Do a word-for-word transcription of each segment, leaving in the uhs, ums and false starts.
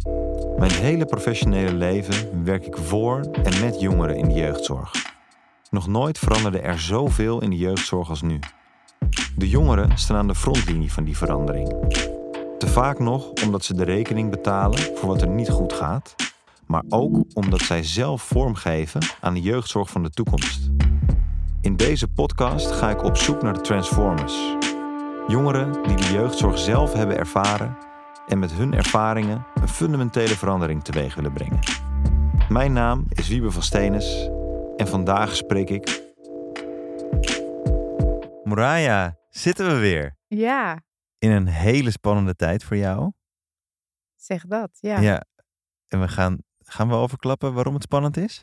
Mijn hele professionele leven werk ik voor en met jongeren in de jeugdzorg. Nog nooit veranderde er zoveel in de jeugdzorg als nu. De jongeren staan aan de frontlinie van die verandering. Te vaak nog omdat ze de rekening betalen voor wat er niet goed gaat, maar ook omdat zij zelf vormgeven aan de jeugdzorg van de toekomst. In deze podcast ga ik op zoek naar de Transformers. Jongeren die de jeugdzorg zelf hebben ervaren en met hun ervaringen een fundamentele verandering teweeg willen brengen. Mijn naam is Wiebe van Steenis en vandaag spreek ik... Moraya, zitten we weer. Ja, In een hele spannende tijd voor jou. zeg dat, ja. Ja, en we gaan, gaan we overklappen waarom het spannend is?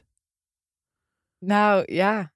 Nou, ja.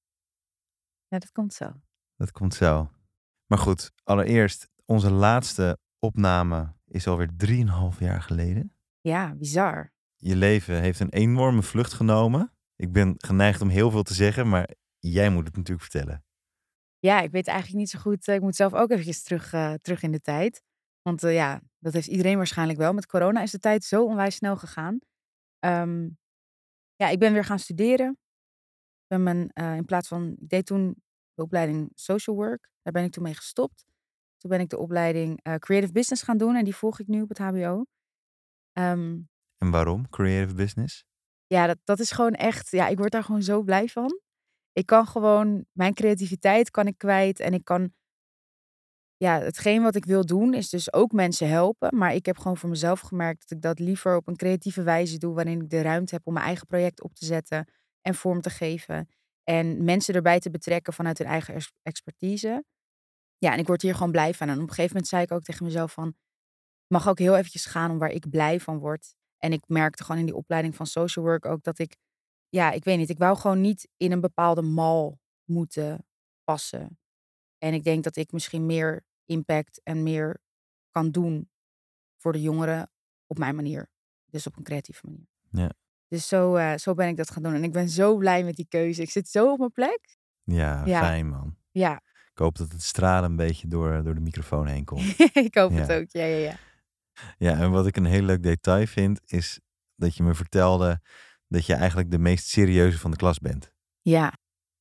Ja, dat komt zo. Dat komt zo. Maar goed, allereerst, onze laatste opname is alweer drieënhalf jaar geleden. Ja, bizar. Je leven heeft een enorme vlucht genomen. Ik ben geneigd om heel veel te zeggen, maar jij moet het natuurlijk vertellen. Ja, ik weet eigenlijk niet zo goed. eh, Ik moet zelf ook eventjes terug, eh, terug in de tijd. Want eh, ja, dat heeft iedereen waarschijnlijk wel. Met corona is de tijd zo onwijs snel gegaan. Ehm, ja, ik ben weer gaan studeren. Ik ben mijn, eh, in plaats van, ik deed toen de opleiding Social Work. Daar ben ik toen mee gestopt. Toen ben ik de opleiding eh, Creative Business gaan doen. En die volg ik nu op het H B O. Ehm, En waarom? Creative business? ja, dat, dat is gewoon echt, ja, ik word daar gewoon zo blij van. Ik kan gewoon, mijn creativiteit kan ik kwijt en ik kan, ja, hetgeen wat ik wil doen is dus ook mensen helpen. Maar ik heb gewoon voor mezelf gemerkt dat ik dat liever op een creatieve wijze doe, waarin ik de ruimte heb om mijn eigen project op te zetten en vorm te geven. En mensen erbij te betrekken vanuit hun eigen ex- expertise. Ja, en ik word hier gewoon blij van. En op een gegeven moment zei ik ook tegen mezelf van, mag ook heel eventjes gaan om waar ik blij van word. En ik merkte gewoon in die opleiding van social work ook dat ik, ja, ik weet niet, ik wou gewoon niet in een bepaalde mal moeten passen. En ik denk dat ik misschien meer impact en meer kan doen voor de jongeren op mijn manier. Dus op een creatieve manier. Ja. Dus zo, eh, zo ben ik dat gaan doen. En ik ben zo blij met die keuze. Ik zit zo op mijn plek. Ja, Ja, fijn man. ja. Ik hoop dat het stralen een beetje door, door de microfoon heen komt. Ik hoop het Ja. ook. Ja, ja, ja. Ja, en wat ik een heel leuk detail vind, is dat je me vertelde dat je eigenlijk de meest serieuze van de klas bent. Ja.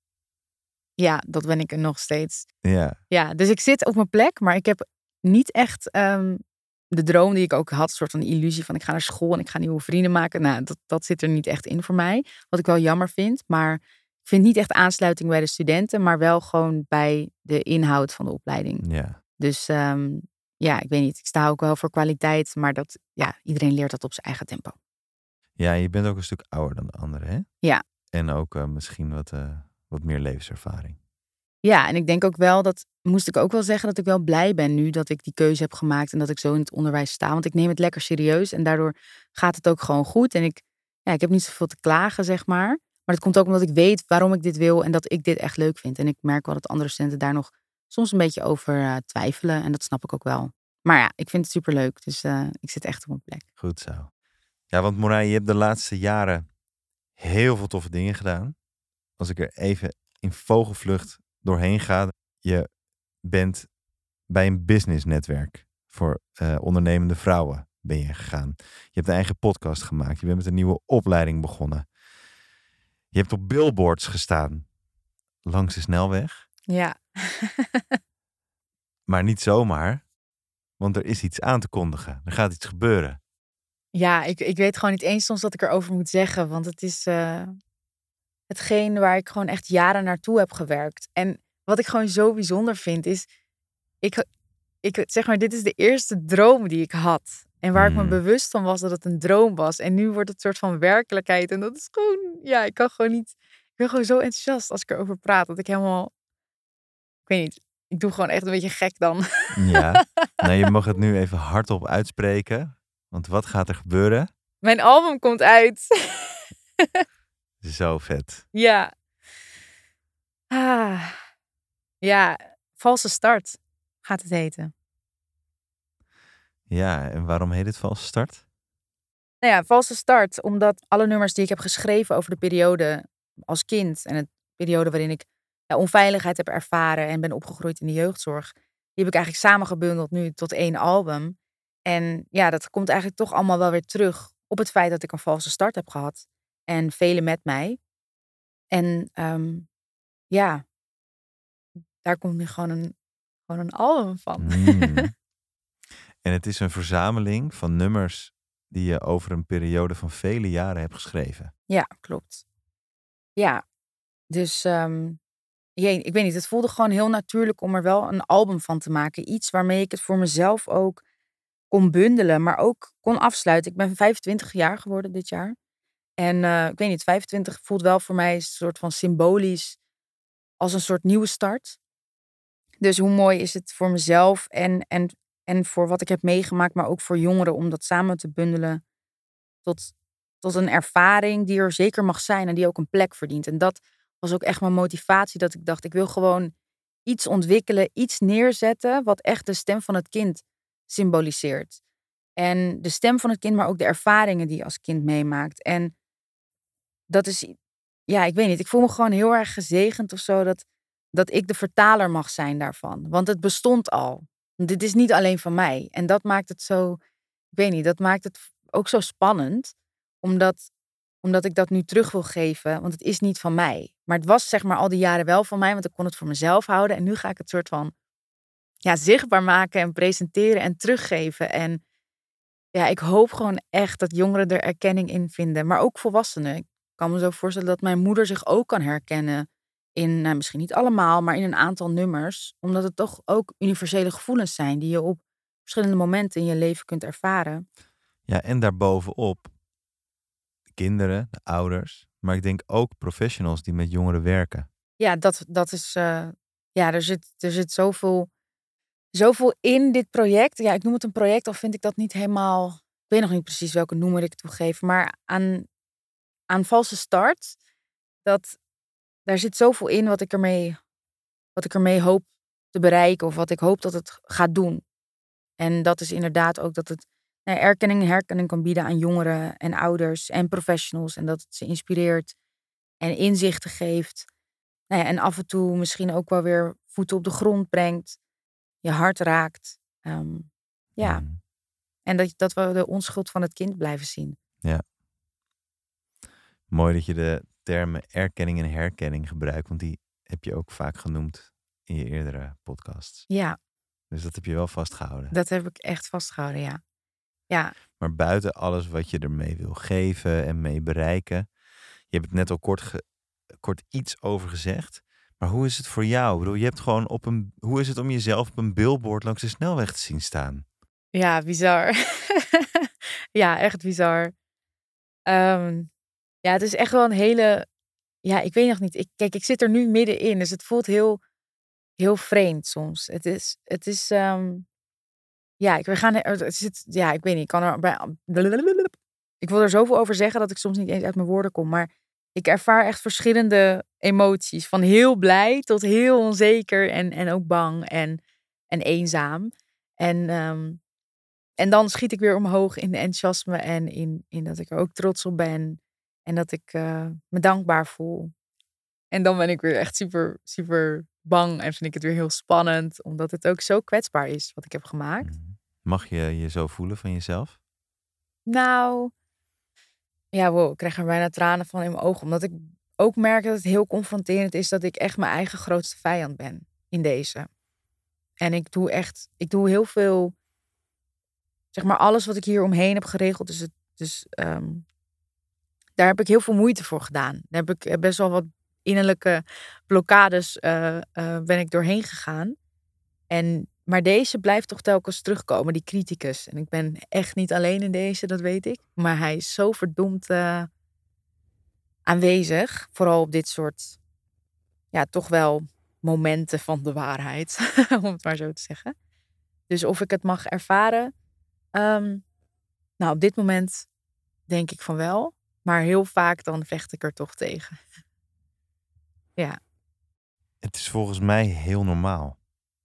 Ja, dat ben ik er nog steeds. Ja, Ja, dus ik zit op mijn plek, maar ik heb niet echt ehm, de droom die ik ook had, een soort van illusie van ik ga naar school en ik ga nieuwe vrienden maken. Nou, dat, dat zit er niet echt in voor mij. Wat ik wel jammer vind, maar ik vind niet echt aansluiting bij de studenten, maar wel gewoon bij de inhoud van de opleiding. ja. Dus ehm, ja, ik weet niet. Ik sta ook wel voor kwaliteit, maar dat, ja, iedereen leert dat op zijn eigen tempo. Ja, je bent ook een stuk ouder dan de anderen, hè? Ja. En ook uh, misschien wat, uh, wat meer levenservaring. Ja, en ik denk ook wel dat, moest ik ook wel zeggen, dat ik wel blij ben nu dat ik die keuze heb gemaakt en dat ik zo in het onderwijs sta. Want ik neem het lekker serieus en daardoor gaat het ook gewoon goed. En ik, ja, ik heb niet zoveel te klagen, zeg maar. Maar dat komt ook omdat ik weet waarom ik dit wil en dat ik dit echt leuk vind. En ik merk wel dat andere studenten daar nog soms een beetje over uh, twijfelen. En dat snap ik ook wel. Maar ja, ik vind het superleuk. Dus uh, ik zit echt op mijn plek. Goed zo. Ja, want Moraya, je hebt de laatste jaren heel veel toffe dingen gedaan. Als ik er even in vogelvlucht doorheen ga. Je bent bij een businessnetwerk voor uh, ondernemende vrouwen ben je gegaan. Je hebt een eigen podcast gemaakt. Je bent met een nieuwe opleiding begonnen. Je hebt op billboards gestaan. Langs de snelweg. Ja. Maar niet zomaar. Want er is iets aan te kondigen. Er gaat iets gebeuren. Ja, ik, ik weet gewoon niet eens soms wat ik erover moet zeggen. Want het is uh, hetgeen waar ik gewoon echt jaren naartoe heb gewerkt. En wat ik gewoon zo bijzonder vind is, ik, ik zeg maar, dit is de eerste droom die ik had. En waar Hmm. ik me bewust van was dat het een droom was. En nu wordt het een soort van werkelijkheid. En dat is gewoon, ja, ik kan gewoon niet, ik ben gewoon zo enthousiast als ik erover praat. Dat ik helemaal, ik weet niet, ik doe gewoon echt een beetje gek dan. Ja, nou je mag het nu even hardop uitspreken. Want wat gaat er gebeuren? Mijn album komt uit. Zo vet. Ja. Ah. Ja, valse start gaat het heten. Ja, en waarom heet het valse start? Nou ja, valse start, omdat alle nummers die ik heb geschreven over de periode als kind en de periode waarin ik ja, onveiligheid heb ervaren en ben opgegroeid in de jeugdzorg, die heb ik eigenlijk samengebundeld nu tot één album. En ja, dat komt eigenlijk toch allemaal wel weer terug op het feit dat ik een valse start heb gehad. En velen met mij. En um, ja, daar komt nu gewoon een, gewoon een album van. Mm. En het is een verzameling van nummers die je over een periode van vele jaren hebt geschreven. Ja, klopt. Ja, dus um, jee, ik weet niet, het voelde gewoon heel natuurlijk om er wel een album van te maken. Iets waarmee ik het voor mezelf ook kon bundelen, maar ook kon afsluiten. Ik ben vijfentwintig jaar geworden dit jaar. En uh, ik weet niet, vijfentwintig voelt wel voor mij een soort van symbolisch als een soort nieuwe start. Dus hoe mooi is het voor mezelf en, en, en voor wat ik heb meegemaakt, maar ook voor jongeren om dat samen te bundelen tot, tot een ervaring die er zeker mag zijn en die ook een plek verdient. En dat was ook echt mijn motivatie, dat ik dacht, ik wil gewoon iets ontwikkelen, iets neerzetten wat echt de stem van het kind symboliseert. En de stem van het kind, maar ook de ervaringen die je als kind meemaakt. En dat is, ja, ik weet niet, ik voel me gewoon heel erg gezegend of zo dat, dat ik de vertaler mag zijn daarvan. Want het bestond al. Dit is niet alleen van mij. En dat maakt het zo, ik weet niet, dat maakt het ook zo spannend. Omdat, omdat ik dat nu terug wil geven, want het is niet van mij. Maar het was zeg maar al die jaren wel van mij, want ik kon het voor mezelf houden. En nu ga ik het soort van ja, zichtbaar maken en presenteren en teruggeven. En ja, ik hoop gewoon echt dat jongeren er erkenning in vinden. Maar ook volwassenen. Ik kan me zo voorstellen dat mijn moeder zich ook kan herkennen in, nou, misschien niet allemaal, maar in een aantal nummers. Omdat het toch ook universele gevoelens zijn die je op verschillende momenten in je leven kunt ervaren. Ja, en daarbovenop de kinderen, de ouders, maar ik denk ook professionals die met jongeren werken. Ja, dat, dat is, uh, ja, er zit, er zit zoveel, zoveel in dit project. Ja, ik noem het een project, al vind ik dat niet helemaal, ik weet nog niet precies welke noemer ik toegeef, maar aan, aan valse start, dat daar zit zoveel in wat ik ermee, wat ik ermee hoop te bereiken of wat ik hoop dat het gaat doen. En dat is inderdaad ook dat het nou, erkenning en herkenning kan bieden aan jongeren en ouders en professionals. En dat het ze inspireert en inzichten geeft. Nou ja, en af en toe misschien ook wel weer voeten op de grond brengt. Je hart raakt. Um, ja, Mm. en dat, dat we de onschuld van het kind blijven zien. Ja. Mooi dat je de termen erkenning en herkenning gebruikt, want die heb je ook vaak genoemd in je eerdere podcasts. Ja, Dus dat heb je wel vastgehouden. dat heb ik echt vastgehouden, ja. Ja, Maar buiten alles wat je ermee wil geven en mee bereiken. Je hebt het net al kort, ge- kort iets over gezegd. Maar hoe is het voor jou? Ik bedoel, je hebt gewoon op een. Hoe is het om jezelf op een billboard langs de snelweg te zien staan? ja, bizar. Ja, echt bizar. Ehm, ja, het is echt wel een hele. Ja, ik weet nog niet. Ik, kijk, ik zit er nu middenin, dus het voelt heel, heel vreemd soms. Het is, het is, ehm, ja, ik, we gaan, er- het zit, ja, ik weet niet. Ik kan er bij, ik wil er zoveel over zeggen dat ik soms niet eens uit mijn woorden kom. Maar ik ervaar echt verschillende emoties, van heel blij tot heel onzeker en, en ook bang en, en eenzaam. En, ehm, en dan schiet ik weer omhoog in de enthousiasme en in, in dat ik er ook trots op ben en dat ik eh, me dankbaar voel. En dan ben ik weer echt super, super bang en vind ik het weer heel spannend, omdat het ook zo kwetsbaar is wat ik heb gemaakt. Mhm. Mag je je zo voelen van jezelf? Nou, ja, wow, ik krijg er bijna tranen van in mijn ogen, omdat ik ook merk dat het heel confronterend is dat ik echt mijn eigen grootste vijand ben in deze. En ik doe echt, ik doe heel veel, zeg maar alles wat ik hier omheen heb geregeld, dus, het, dus ehm, daar heb ik heel veel moeite voor gedaan. Daar heb ik eh, best wel wat innerlijke blokkades eh, eh, ben ik doorheen gegaan. En, maar deze blijft toch telkens terugkomen, die criticus. En ik ben echt niet alleen in deze, dat weet ik. Maar hij is zo verdomd eh, aanwezig. Vooral op dit soort, ja, toch wel momenten van de waarheid. Om het maar zo te zeggen. Dus of ik het mag ervaren. ehm, nou, op dit moment denk ik van wel. Maar heel vaak dan vecht ik er toch tegen. Ja. Het is volgens mij heel normaal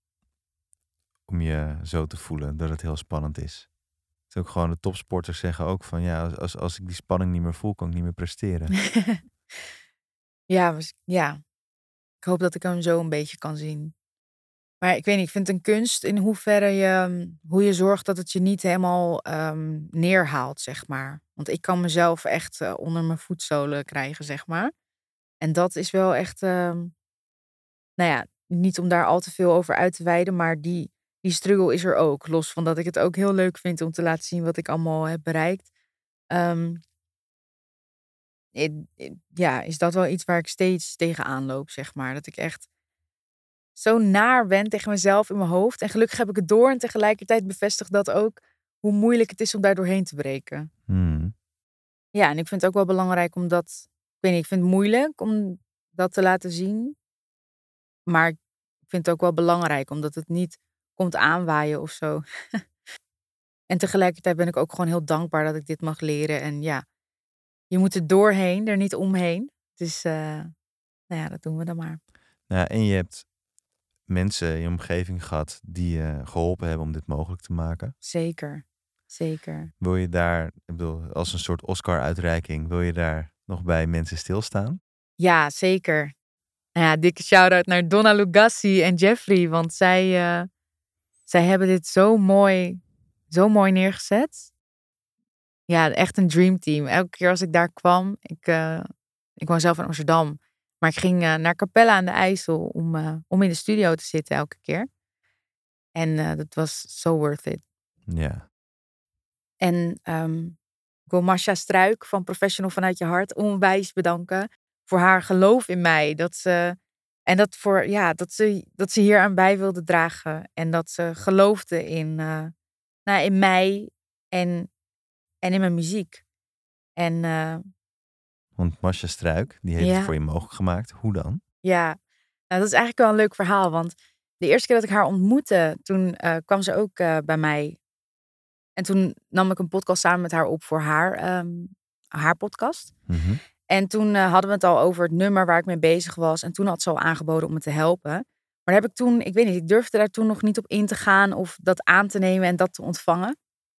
om je zo te voelen dat het heel spannend is. Het is ook gewoon de topsporters zeggen ook van ja, als, als, als ik die spanning niet meer voel, kan ik niet meer presteren. Ja, was- ja. Ik hoop dat ik hem zo een beetje kan zien. Maar ik weet niet, ik vind het een kunst in hoeverre je, hoe je zorgt dat het je niet helemaal um, neerhaalt, zeg maar. Want ik kan mezelf echt uh, onder mijn voetzolen krijgen, zeg maar. En dat is wel echt, um, nou ja, niet om daar al te veel over uit te wijden, maar die, die struggle is er ook. Los van dat ik het ook heel leuk vind om te laten zien wat ik allemaal heb bereikt. Um, it- it- ja, is dat wel iets waar ik steeds tegenaan loop, zeg maar. Dat ik echt zo naar ben tegen mezelf in mijn hoofd. En gelukkig heb ik het door en tegelijkertijd bevestigt dat ook hoe moeilijk het is om daar doorheen te breken. Hmm. Ja, en ik vind het ook wel belangrijk om dat, ik weet niet, ik vind het moeilijk om dat te laten zien. Maar ik vind het ook wel belangrijk, omdat het niet komt aanwaaien of zo. En tegelijkertijd ben ik ook gewoon heel dankbaar dat ik dit mag leren. En ja, je moet er doorheen, er niet omheen. Dus, uh, nou ja, dat doen we dan maar. Nou, en je hebt mensen in je omgeving gehad die je geholpen hebben om dit mogelijk te maken. Zeker, zeker. Wil je daar, ik bedoel, als een soort Oscar-uitreiking, wil je daar nog bij mensen stilstaan? Ja, zeker. Nou ja, dikke shout-out naar Donna Lugassi en Jeffrey. Want zij, uh, zij hebben dit zo mooi, zo mooi neergezet. Ja, echt een dreamteam. Elke keer als ik daar kwam, ik, uh, ik woon zelf in Amsterdam. Maar ik ging uh, naar Capelle aan de IJssel om, uh, om in de studio te zitten elke keer. En uh, dat was so worth it. Ja. En um, ik wil Masha Struik van Professional Vanuit Je Hart onwijs bedanken voor haar geloof in mij. Dat ze, en dat, voor, ja, dat, ze, dat ze hier aan bij wilde dragen. En dat ze geloofde in, uh, nou, in mij en, en in mijn muziek. En, uh, Want Masha Struik, die heeft ja, het voor je mogelijk gemaakt. Hoe dan? Ja, nou, dat is eigenlijk wel een leuk verhaal. Want de eerste keer dat ik haar ontmoette, toen uh, kwam ze ook uh, bij mij. En toen nam ik een podcast samen met haar op voor haar, um, haar podcast. Mm-hmm. En toen uh, hadden we het al over het nummer waar ik mee bezig was. En toen had ze al aangeboden om me te helpen. Maar daar heb ik toen, ik weet niet, ik durfde daar toen nog niet op in te gaan of dat aan te nemen en dat te ontvangen.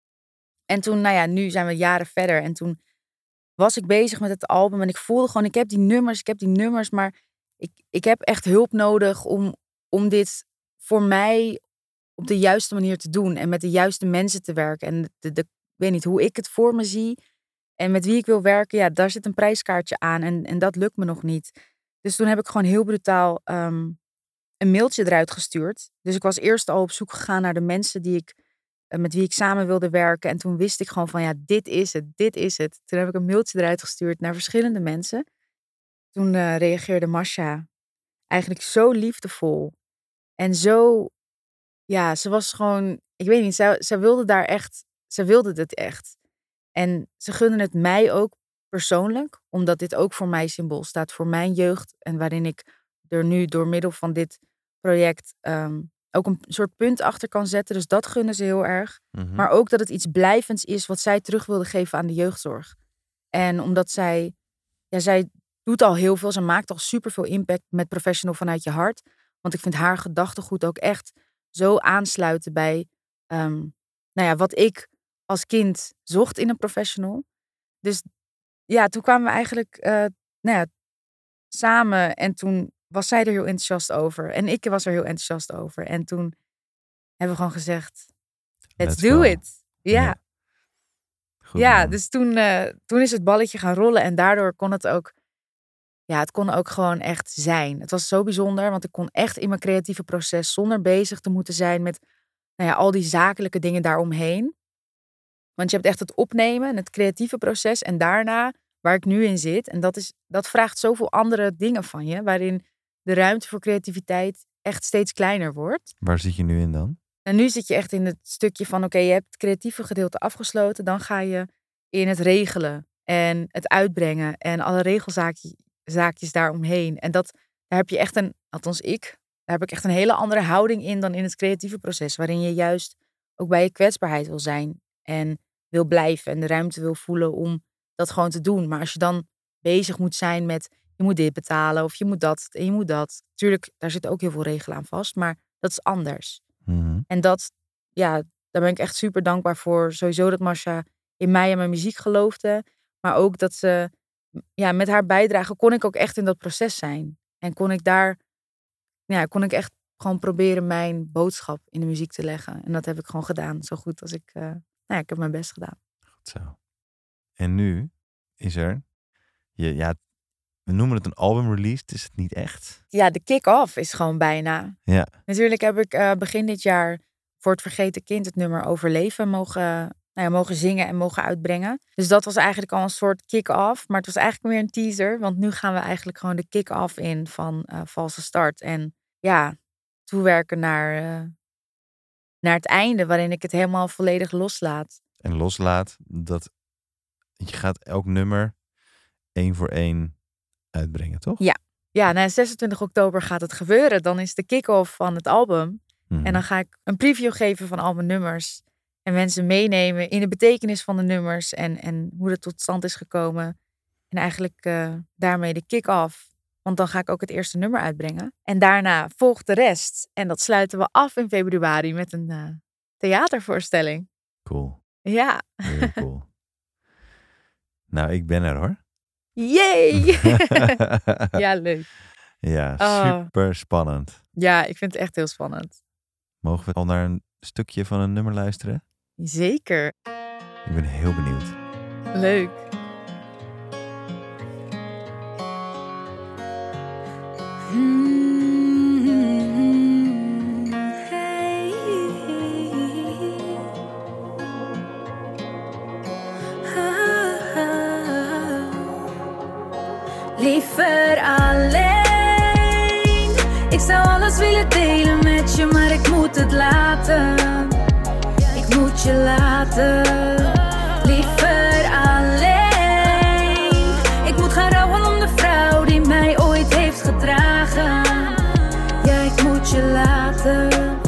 En toen, nou ja, nu zijn we jaren verder. En toen was ik bezig met het album en ik voelde gewoon, ik heb die nummers, ik heb die nummers, maar ik, ik heb echt hulp nodig om, om dit voor mij op de juiste manier te doen en met de juiste mensen te werken. En de, de, ik weet niet hoe ik het voor me zie en met wie ik wil werken, ja, daar zit een prijskaartje aan en, en dat lukt me nog niet. Dus toen heb ik gewoon heel brutaal um, een mailtje eruit gestuurd. Dus ik was eerst al op zoek gegaan naar de mensen die ik, uh, met wie ik samen wilde werken. En toen wist ik gewoon van, ja, dit is het, dit is het. Toen heb ik een mailtje eruit gestuurd naar verschillende mensen. Toen uh, reageerde Masha eigenlijk zo liefdevol. En zo, ja, ze was gewoon, ik weet niet, ze, ze wilde daar echt, ze wilde het echt. En ze gunden het mij ook persoonlijk, omdat dit ook voor mij symbool staat, voor mijn jeugd. En waarin ik er nu door middel van dit project um, ook een soort punt achter kan zetten. Dus dat gunnen ze heel erg. Mm-hmm. Maar ook dat het iets blijvends is wat zij terug wilde geven aan de jeugdzorg. En omdat zij, ja, zij doet al heel veel. Ze maakt al superveel impact met Professional Vanuit Je Hart. Want ik vind haar gedachtegoed ook echt zo aansluiten bij um, nou ja, wat ik als kind zocht in een professional. Dus ja, toen kwamen we eigenlijk uh, nou ja, samen en toen was zij er heel enthousiast over. En ik was er heel enthousiast over. En toen hebben we gewoon gezegd, let's, let's do go. it. Ja. Ja, Goed, ja dus toen, uh, toen is het balletje gaan rollen en daardoor kon het ook, ja, het kon ook gewoon echt zijn. Het was zo bijzonder, want ik kon echt in mijn creatieve proces zonder bezig te moeten zijn met, nou ja, al die zakelijke dingen daaromheen. Want je hebt echt het opnemen en het creatieve proces en daarna waar ik nu in zit. En dat, is, dat vraagt zoveel andere dingen van je, waarin de ruimte voor creativiteit echt steeds kleiner wordt. Waar zit je nu in dan? En nu zit je echt in het stukje van, oké, okay, je hebt het creatieve gedeelte afgesloten. Dan ga je in het regelen en het uitbrengen en alle regelzaakjes daaromheen. En dat, daar heb je echt een, althans ik, daar heb ik echt een hele andere houding in dan in het creatieve proces. Waarin je juist ook bij je kwetsbaarheid wil zijn en wil blijven en de ruimte wil voelen om dat gewoon te doen. Maar als je dan bezig moet zijn met, je moet dit betalen of je moet dat en je moet dat. Tuurlijk, daar zit ook heel veel regelen aan vast, maar dat is anders. Mm-hmm. En dat, ja, daar ben ik echt super dankbaar voor. Sowieso dat Masha in mij en mijn muziek geloofde. Maar ook dat ze, ja, met haar bijdrage kon ik ook echt in dat proces zijn. En kon ik daar, ja, kon ik echt gewoon proberen mijn boodschap in de muziek te leggen. En dat heb ik gewoon gedaan. Zo goed als ik... Uh, nou ja, ik heb mijn best gedaan. Goed zo. En nu is er... Je, ja, we noemen het een album release. Het is het niet echt. Ja, de kick-off is gewoon bijna. Ja. Natuurlijk heb ik uh, begin dit jaar... voor het Vergeten Kind het nummer Overleven mogen, nou ja, mogen zingen en mogen uitbrengen. Dus dat was eigenlijk al een soort kick-off. Maar het was eigenlijk meer een teaser. Want nu gaan we eigenlijk gewoon de kick-off in van uh, Valse Start. En ja, toewerken naar, uh, naar het einde. Waarin ik het helemaal volledig loslaat. En loslaat, dat je gaat elk nummer één voor één uitbrengen, toch? Ja, ja na zesentwintig oktober gaat het gebeuren. Dan is de kick-off van het album. Mm-hmm. En dan ga ik een preview geven van al mijn nummers. En mensen meenemen in de betekenis van de nummers. En, en hoe dat tot stand is gekomen. En eigenlijk uh, daarmee de kick-off. Want dan ga ik ook het eerste nummer uitbrengen. En daarna volgt de rest. En dat sluiten we af in februari met een uh, theatervoorstelling. Cool. Ja. Heel cool. Nou, ik ben er hoor. Yay! Ja, leuk. Ja, super oh. spannend. Ja, ik vind het echt heel spannend. Mogen we al naar een stukje van een nummer luisteren? Zeker. Ik ben heel benieuwd. Leuk. Mm-hmm. Hey. Ah, ah. Liever alleen. Ik zou alles willen delen met je, maar ik moet het laten. Ik moet je laten. Liever alleen. Ik moet gaan rouwen om de vrouw die mij ooit heeft gedragen. Ja, ik moet je laten.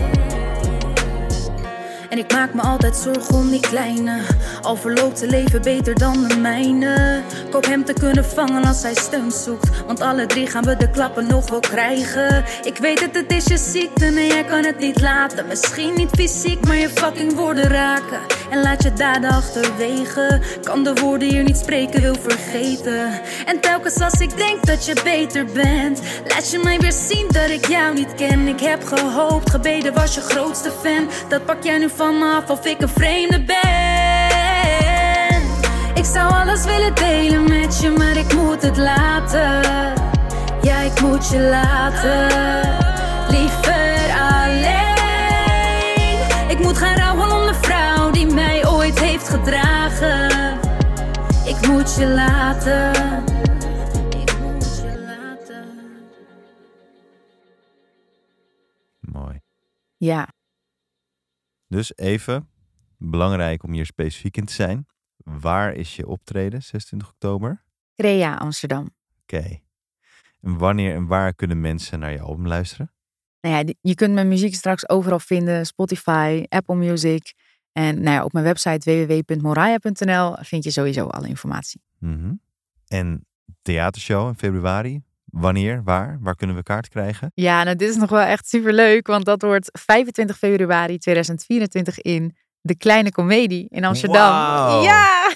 En ik maak me altijd zorgen om die kleine. Al verloopt zijn leven beter dan de mijne. Ik hoop hem te kunnen vangen als hij steun zoekt. Want alle drie gaan we de klappen nog wel krijgen. Ik weet het, het is je ziekte, nee jij kan het niet laten. Misschien niet fysiek, maar je fucking woorden raken. En laat je daden achterwege. Kan de woorden hier niet spreken, wil vergeten. En telkens als ik denk dat je beter bent, laat je mij weer zien dat ik jou niet ken. Ik heb gehoopt, gebeden was je grootste fan. Dat pak jij nu van me af of ik een vreemde ben. Ik zou alles willen delen met je, maar ik moet het laten. Ja, ik moet je laten. Liever alleen. Ik moet gaan rouwen om de vrouw die mij ooit heeft gedragen. Ik moet je laten. Ik moet je laten. Mooi. Ja. Dus even, belangrijk om hier specifiek in te zijn. Waar is je optreden, zesentwintig oktober? Crea, Amsterdam. Oké. Okay. En wanneer en waar kunnen mensen naar je album luisteren? Nou ja, je kunt mijn muziek straks overal vinden. Spotify, Apple Music. En nou ja, op mijn website w w w punt moraya punt n l vind je sowieso alle informatie. Mm-hmm. En theatershow in februari? Wanneer, waar? Waar kunnen we kaart krijgen? Ja, nou dit is nog wel echt superleuk. Want dat wordt vijfentwintig februari tweeduizend vierentwintig in De Kleine Comedie in Amsterdam. Wow. Ja!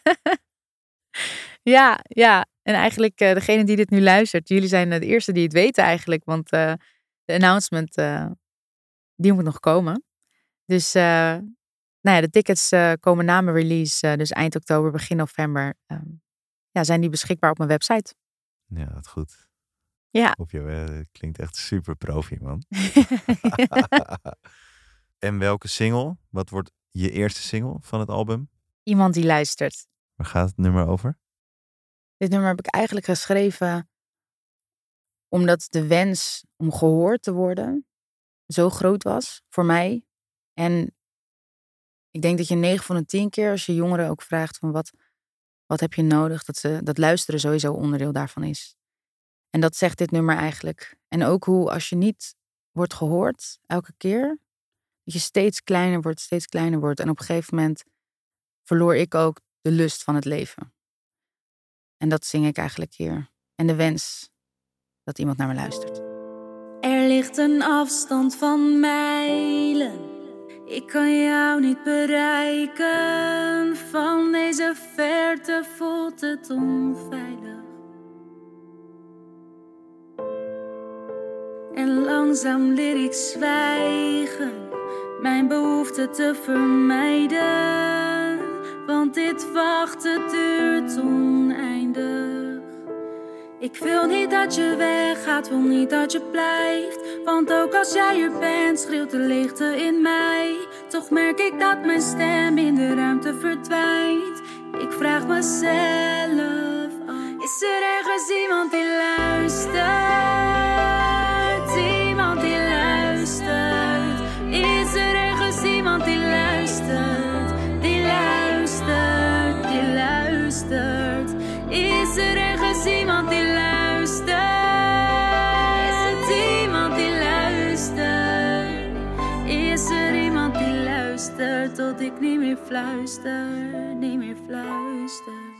ja, ja. En eigenlijk uh, degene die dit nu luistert, jullie zijn de eerste die het weten eigenlijk. Want uh, de announcement, uh, die moet nog komen. Dus uh, nou ja, de tickets uh, komen na mijn release. Uh, dus eind oktober, begin november. Uh, ja, zijn die beschikbaar op mijn website. Ja, dat goed. Ja. Op je, uh, klinkt echt super profi, man. En welke single? Wat wordt je eerste single van het album? Iemand die luistert. Waar gaat het nummer over? Dit nummer heb ik eigenlijk geschreven omdat de wens om gehoord te worden zo groot was voor mij. En ik denk dat je negen van de tien keer als je jongeren ook vraagt van wat, wat heb je nodig, dat, ze, dat luisteren sowieso onderdeel daarvan is. En dat zegt dit nummer eigenlijk. En ook hoe als je niet wordt gehoord elke keer, dat je steeds kleiner wordt, steeds kleiner wordt. En op een gegeven moment verloor ik ook de lust van het leven. En dat zing ik eigenlijk hier. En de wens dat iemand naar me luistert. Er ligt een afstand van mijlen. Ik kan jou niet bereiken. Van deze verte voelt het onveilig. En langzaam Langzaam leer ik zwijgen, mijn behoefte te vermijden. Want dit wachten duurt oneindig. Ik wil niet dat je weggaat, wil niet dat je blijft. Want ook als jij er bent, schreeuwt de leegte in mij. Toch merk ik dat mijn stem in de ruimte verdwijnt. Ik vraag mezelf af, is er ergens iemand die luistert? Iemand die luistert. Is er ergens iemand die luistert? Die luistert, die luistert. Is er ergens iemand die luistert? Is er iemand die luistert? Is er iemand die luistert tot ik niet meer fluister, niet meer fluister?